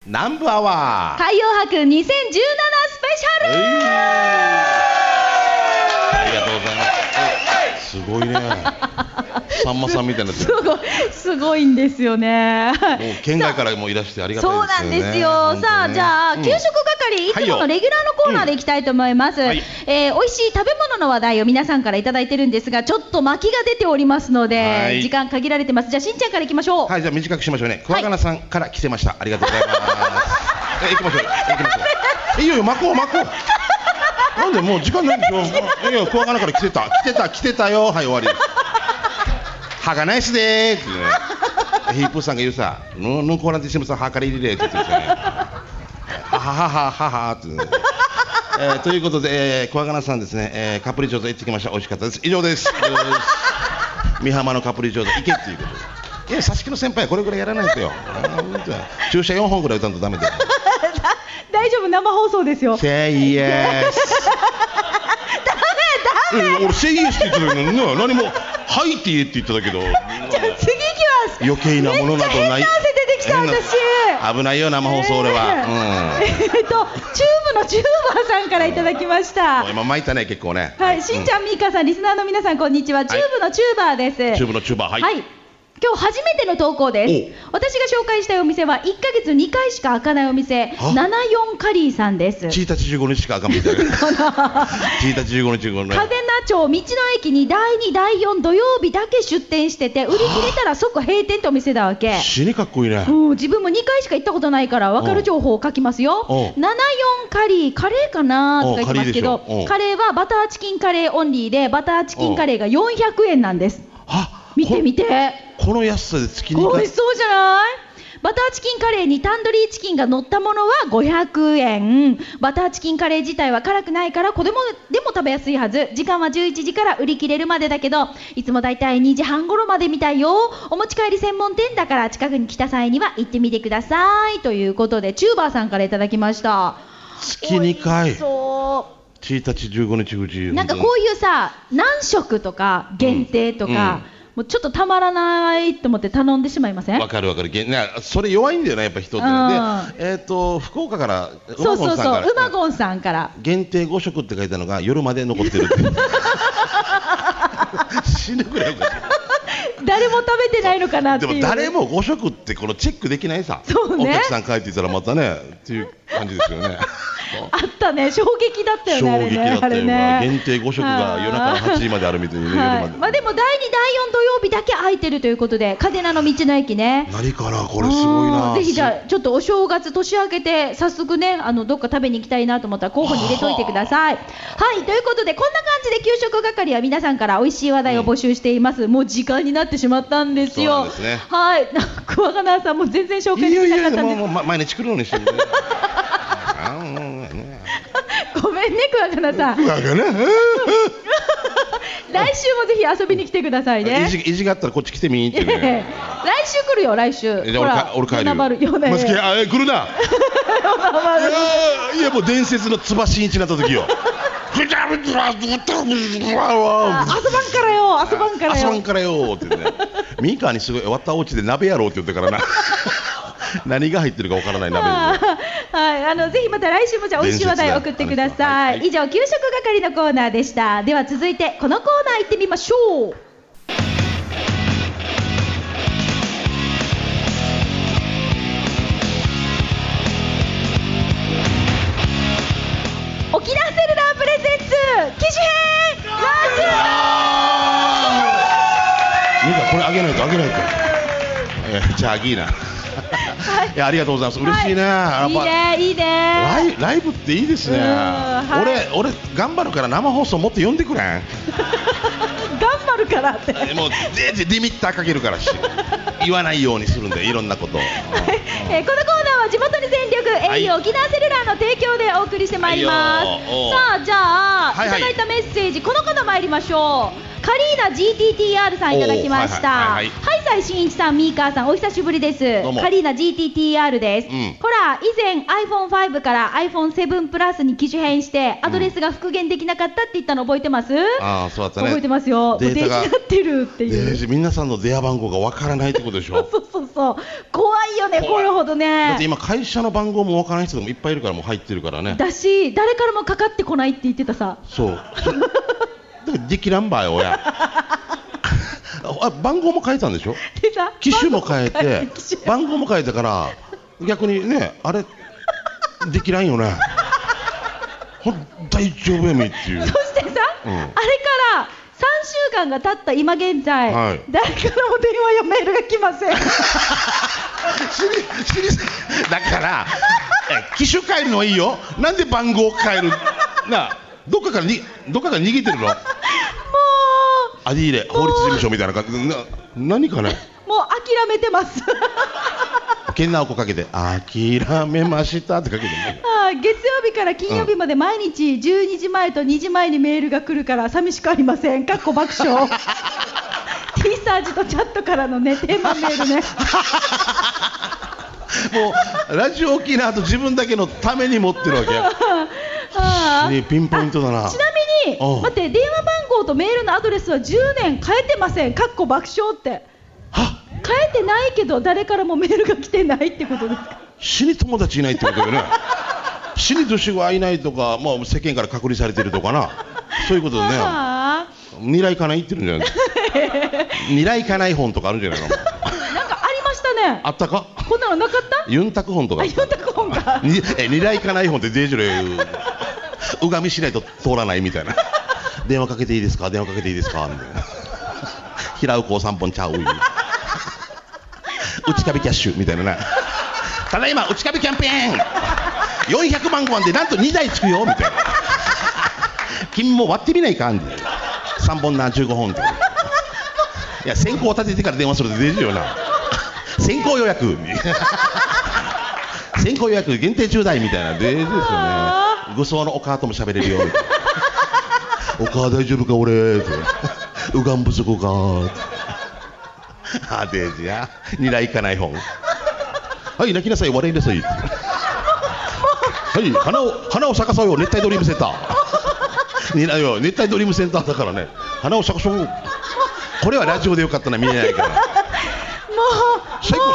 南部アワー海洋博2017スペシャル、 ありがとうございます。すごいね。さんまさんみたいになってる。 すごいんですよね。 もう県外からもいらしてありがたいですよね。 そうなんですよ。さあ、じゃあ、給食係、いつものレギュラーのコーナーでいきたいと思います。美味しい食べ物の話題を皆さんからいただいてるんですが、ちょっと巻きが出ておりますので、時間限られてます。じゃあ、しんちゃんからいきましょう。 はい、じゃあ短くしましょうね。桑名さんから来てました。ありがとうございます。行きましょう。行きましょう。いいよ、巻こう。なんでもう時間ないでしょ。いや、桑名から来てたよ。はい、終わりです。はがないっすねーってね。ヒープーさんが言うさ、ぬんこなんてしてもさ、はから入れれって言ってるんですよね。はってね。ということで、桑名さんですね、カプリチョーザ行ってきました。美味しかったです。以上です。美浜のカプリチョーザ行けっていうことで。いや、挿し木の先輩はこれぐらいやらないとよ。注射4本ぐらい打たんとダメだよ。 大丈夫、生放送ですよ。 Say yes。俺 Say yes って言ってたけど、何もはいって言えって言ってたけど。 じゃあ次行きます。 余計なものなどない。 めっちゃ変な汗出てきた私。 危ないよ生放送俺は。 チューブのチューバーさんからいただきました。 今巻いたね結構ね。 はい、しんちゃん、みーかさん、リスナーの皆さんこんにちは。チューブのチューバーです。 チューブのチューバー、はい。 今日初めての投稿です。私が紹介したいお店は1ヶ月2回しか開かないお店、74カリーさんです。 1日15日しか開かんみたいな。1日15日後ね。 嘉手納町道の駅に第2、第4土曜日だけ出店してて、売り切れたら即閉店ってお店だわけ。 死にかっこいいね。 自分も2回しか行ったことないから分かる情報を書きますよ。74カリー、カレーかなとか言ってますけど、カレーはバターチキンカレーオンリーで、バターチキンカレーが400円なんです。見てみて、 この安さで月2回。 美味しそうじゃない？バターチキンカレーにタンドリーチキンが乗ったものは500円。バターチキンカレー自体は辛くないから子供でも食べやすいはず。時間は11時から売り切れるまでだけど、いつもだいたい2時半頃までみたいよ。お持ち帰り専門店だから近くに来た際には行ってみてくださいということで、チューバーさんからいただきました。 月2回。 そう。 1日15日口。 なんかこういうさ、何食とか限定とか、もうちょっとたまらないと思って頼んでしまいません？ わかる。それ弱いんだよね、やっぱ人って。で、福岡からうまごんさんから限定5食って書いたのが夜まで残ってるって。死ぬぐらい。 誰も食べてないのかなっていう。 でも誰も5食ってこのチェックできないさ。お客さん帰っていたらまたねっていう感じですよね。 あったね、衝撃だったよね。 衝撃だったよね。限定5食が夜中の8時まであるみたいにね。 まあでも第2、第4土曜日だけ空いてるということで、嘉手納の道の駅ね。 何かな、これすごいな。 ぜひじゃあちょっとお正月年明けて早速ね、どっか食べに行きたいなと思ったら候補に入れといてください。はい、ということでこんな感じで給食係は皆さんから美味しい話題を募集しています。もう時間になってしまったんですよ。はい、桑名さんも全然紹介できなかったんです。 もう毎日来るのにしてる。 ごめんね、桑名さん。来週もぜひ遊びに来てくださいね。 意地があったらこっち来てみーってね。 来週来るよ、来週。 俺帰るよ。来るな。いやもう伝説のつばしんいちになった時よ。遊ばんからよってね。ミカにすごい割ったお家で鍋やろうって言ってからな。何が入ってるかわからない鍋。 はい、ぜひまた来週もじゃあ美味しい話題を送ってください。以上、給食係のコーナーでした。では続いてこのコーナー行ってみましょう。沖縄セルラープレゼンツ機種編ラジオ。 ミカこれあげないと。じゃああぎーな。いや、ありがとうございます。嬉しいね。 いいね。 ライブっていいですね。俺頑張るから生放送もっと呼んでくれん。 頑張るからって。 もうリミッターかけるから言わないようにするんで、いろんなことを。このコーナーは地元に全力、au 沖縄セルラーの提供でお送りしてまいります。さあ、じゃあいただいたメッセージ、この方参りましょう。カリーナ GTTR さんいただきました。ハイサイしんいちさん、ミーカーさん、お久しぶりです。カリーナ GTTR です。ほら、以前 iPhone5 から iPhone7 プラスに機種変してアドレスが復元できなかったって言ったの覚えてます？ そうだったね。 覚えてますよ。データがなってるっていう。 皆さんの電話番号がわからないってこことでしょ。 そう怖いよね、これほどね。 だって今会社の番号もわからない人もいっぱいいるからもう入ってるからね。 だし誰からもかかってこないって言ってたさ。 そうだからできらんばよ親番号も変えたんでしょ。機種も変えて番号も変えたから逆にねあれできらんよね大丈夫やみっていう。 そしてさ、あれから3週間が経った今現在、誰からも電話やメールが来ませんだから機種変えるのはいいよ。なんで番号変えるな。どっかから逃げてるの。もうアディーレ法律事務所みたいな感じ何かね。 もう諦めてますけんなおこかけて諦めましたってかけてね。 月曜日から金曜日まで毎日12時前と2時前にメールが来るから寂しくありません。かっこ爆笑T サージとチャットからのねテーマメールねもうラジオ沖縄と自分だけのために持ってるわけピンポイントだな。 ちなみに待って、電話番号とメールのアドレスは10年変えてません。かっこ爆笑って変えてないけど誰からもメールが来てないってことですか。 死に友達いないってことよね死に年がいないとか、まあ、世間から隔離されてるとかなそういうことでね。二来かないってるんじゃない二来かない本とかあるんじゃないのなんかありましたね。 あったか。 こんなのなかった。 ユンタク本とか。 ユンタク本か二来かない本ってデージでうがみしないと通らないみたいな電話かけていいですかみたいな平尾3本ちゃう内壁キャッシュみたいなな。ただいま内壁キャンペーン400万5でなんと2台つくよみたいな君も割ってみないか3本な15本っていや先行を立ててから電話すると出るよな先行予約先行予約限定10台みたいな出るですよね。愚僧のお母とも喋れるよみたいなお母大丈夫か俺ってうがん不足かデージや二来いかない本はい泣きなさい笑いなさいはい花を咲かそうよ熱帯ドリームセンター熱帯ドリームセンターだからね花を咲かそうこれはラジオでよかったな見えないからもう終わ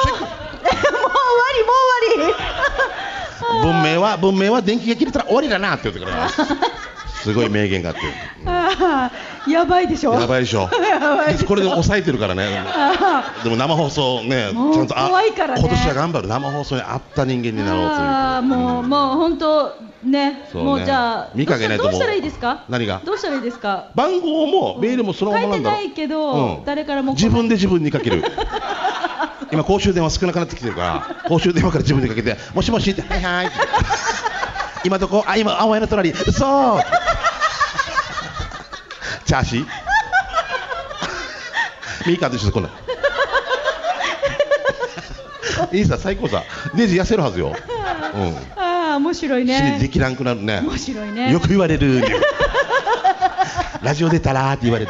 り文明は電気が切れたら終わりだなって言ってからすごい名言があってやばいでしょ。 これで抑えてるからねでも生放送ねちゃんと怖いからね今年は頑張る生放送に合った人間になろうというもう本当ねもうじゃあ見かけないとどうしたらいいですか。 何がどうしたらいいですか。 番号もメールもそのままなんだろう。 書いてないけど誰からも自分で自分にかける今公衆電話少なくなってきてるから公衆電話から自分でかけてもしもしってはいはい今どこ今青江の隣嘘チャーシーミーカーと一緒でこんないいさ最高さデイジー痩せるはずよ。 面白いね。 できなくなるね。 面白いね。 よく言われるラジオ出たらって言われて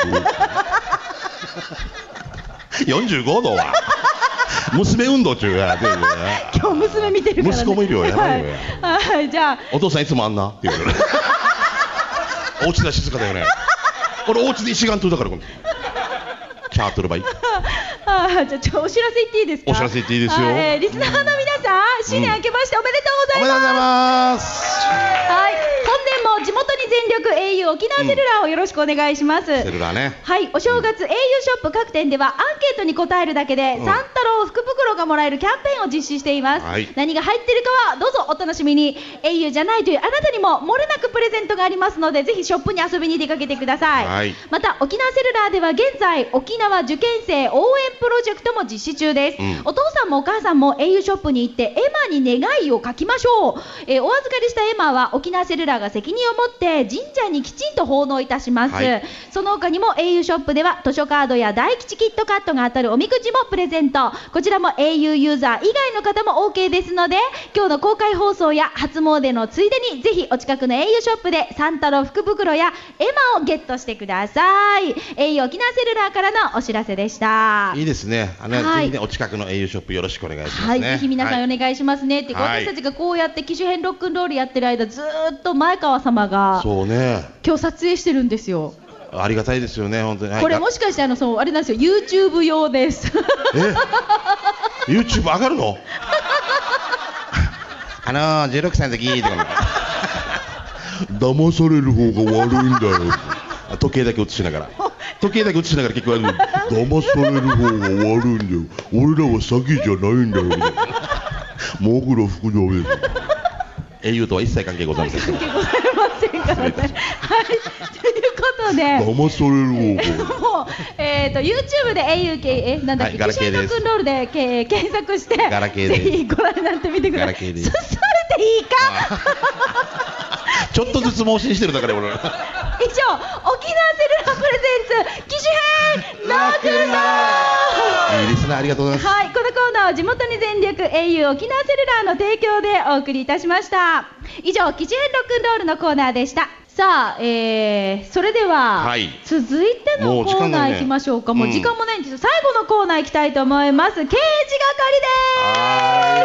45度は娘運動中や今日娘見てるからね。 息子もいるよやばいよじゃあお父さんいつもあんなって言うからお家では静かだよね。俺お家で石岩島だからチャートルバイじゃあお知らせ言っていいですか。 お知らせ言っていいですよ。 リスナーの皆さん新年明けましておめでとうございます。 おめでとうございます。 はい本年も地元に全力 au 沖縄セルラーをよろしくお願いします。 セルラーね。 はいお正月 au ショップ各店ではアンケートに答えるだけで三太郎福袋がもらえるキャンペーンを実施しています。何が入ってるかはどうぞお楽しみに。 au じゃないというあなたにも漏れなくプレゼントがありますのでぜひショップに遊びに出かけてください。また沖縄セルラーでは現在沖縄受験生応援プロジェクトも実施中です。お父さんもお母さんも au ショップに行ってエマに願いを書きましょう。お預かりしたエマは沖縄セルラーが責任を持って神社にきちんと奉納いたします。その他にも au ショップでは図書カードや大吉キットカットが当たるおみくじもプレゼント。こちらも au ユーザー以外の方も OK ですので今日の公開放送や初詣のついでにぜひお近くの au ショップで三太郎福袋やエマをゲットしてください。au 沖縄セルラーからのお知らせでした。 いいですね。ぜひねお近くの au ショップよろしくお願いしますね。 ぜひ皆さんお願いしますねっていうか私たちがこうやって機種編ロックンロールやってる間ずっと前川様がそうね今日撮影してるんですよ。 ありがたいですよね、本当に。 これもしかしてそうあれなんですよ、YouTube 用です。 YouTube 上がるの16歳の時とか騙される方が悪いんだよ。時計だけ映しながら結構騙される方が悪いんだよ、俺らは詐欺じゃないんだよみたいな。モグロ福蔵です。英雄とは一切関係ございません。関係ございませんからね。はい、ということで騙される方がYouTube で英雄なんだっけ、機種変ロックンロールで検索してガラケーでぜひご覧になってみてください。それでいいかちょっとずつ盲信してるだから俺。以上、 沖縄セルラープレゼンツ機種変ロックンロール。 いいリスナーありがとうございます。 はい、このコーナーは地元に全力 au 沖縄セルラーの提供でお送りいたしました。以上、機種変ロックンロールのコーナーでした。さあ、それでは、はい、続いてのコーナー行きましょうか。もう時間もないんですよ。最後のコーナー行きたいと思います。刑事係です。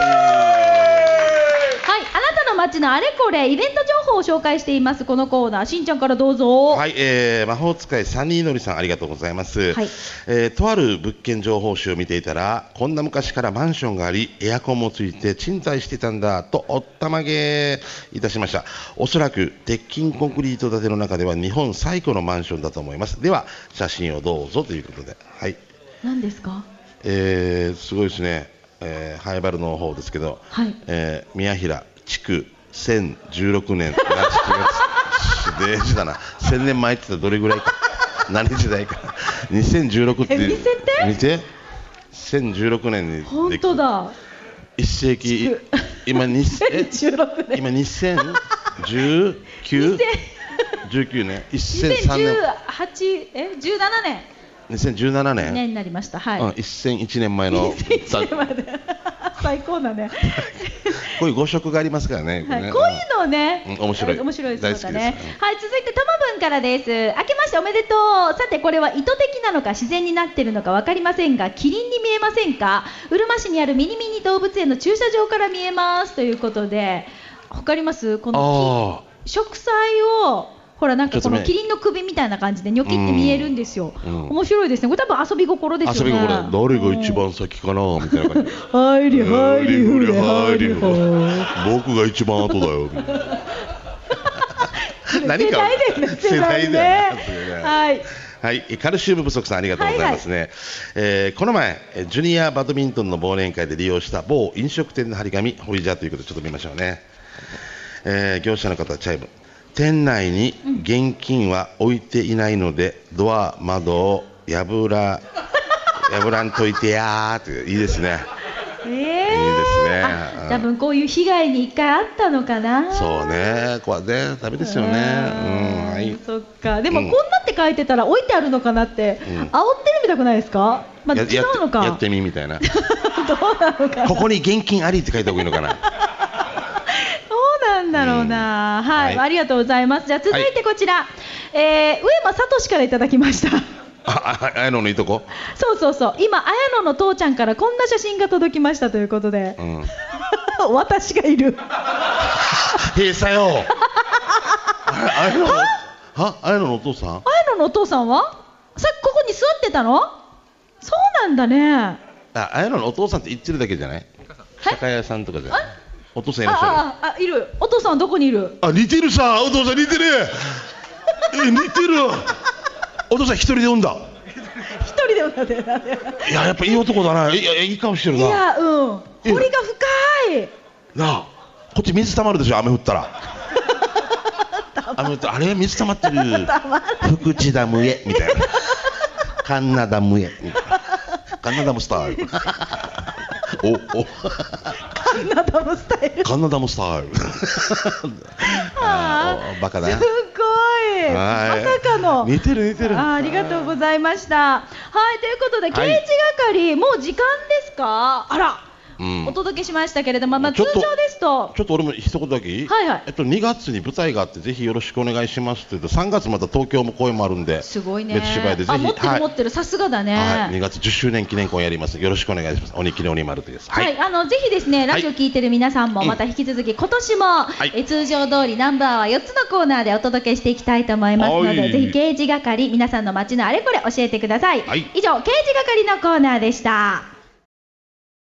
はい、あなたの街のあれこれイベント情報を紹介していますこのコーナー、しんちゃんからどうぞ。 はい、魔法使いサニーのりさん、ありがとうございます。はい、とある物件情報誌を見ていたら、こんな昔からマンションがありエアコンもついて賃貸してたんだとおったまげいたしました。おそらく鉄筋コンクリート建ての中では日本最古のマンションだと思います。では写真をどうぞということで。はい、 何ですか。 すごいですね。ハイバルの方ですけど、はい、宮平築1016年デージだな。1000年前って言ったらどれぐらいか何時代か2016って見て1016年にできた。 本当だ、 1世紀今 2016年今2019年1003年 17年 2017年になりました。はい、 1001年前の最高だねこういう誤植がありますからね。 はい、こういうのをね、 面白いですね。 大好きですね。 はい、続いてともぶんからです。明けましておめでとう。さてこれは意図的なのか自然になっているのか分かりませんが、キリンに見えませんか。うるま市にあるミニミニ動物園の駐車場から見えますということで、分かります？この植栽をほら、なんかこのキリンの首みたいな感じでニョキって見えるんですよ。面白いですね。これ多分遊び心ですよね。 遊び心。誰が一番先かなみたいな感じ。 入り入りふれ入りほ。 僕が一番後だよ。 何か世代ね。はい。 はい、カルシウム不足さん、ありがとうございますね。この前ジュニアバドミントンの忘年会で利用した某飲食店の張り紙、ホイジャーということでちょっと見ましょうね。業者の方、チャイム。店内に現金は置いていないので、ドア窓を破らんといてやーって、いいですね。いいですね。 多分こういう被害に一回あったのかな。 そうね、これね、ダメですよね。はい、 そっか。でもこんなって書いてたら置いてあるのかなって、煽ってるみたくないですか。まあ、違うのか。 やってみみたいな。 どうなのかな。 ここに現金ありって書いた方がいいのかな。 なんだろうな。はい、ありがとうございます。じゃあ続いてこちら、上間聡からいただきました。 綾野のいとこ。 そう今綾野の父ちゃんからこんな写真が届きましたということで、私がいる。 閉鎖よ。綾野のお父さん。 綾野のお父さんはさっきここに座ってたの。そうなんだね。 綾野のお父さんって言ってるだけじゃない。酒屋さんとかじゃない。お父さんいらっしゃる。 いる。お父さんどこにいる。 似てるさ。お父さん似てる。似てる。お父さん一人で産んだ。 一人で産んだって。 いや、やっぱいい男だな。いい顔してるな。 いや、彫りが深いなあ。こっち水溜まるでしょ、雨降ったら。雨降ったら、あれ水溜まってる。福知ダムへみたいな。カンナダムへみたいな。カンナダムスタイル。カンナダムスタイル。カンナダムスタイル。バカだ。 すごい。まさかの。 似てる。 ありがとうございました。はい、ということで刑事係、もう時間ですか。あら、 お届けしましたけれども、通常ですとちょっと俺も一言だけいい？2月に舞台があってぜひよろしくお願いしますって言うと、3月また東京も公演もあるんで、 すごいね、 別芝居でぜひ持ってるさすがだね。 2月10周年記念公演やります。よろしくお願いします。鬼木の鬼丸です。 ぜひですね、ラジオ聞いてる皆さんもまた引き続き今年も通常通りナンバーは4つのコーナーでお届けしていきたいと思いますので、ぜひ刑事係皆さんの街のあれこれ教えてください。以上刑事係のコーナーでした。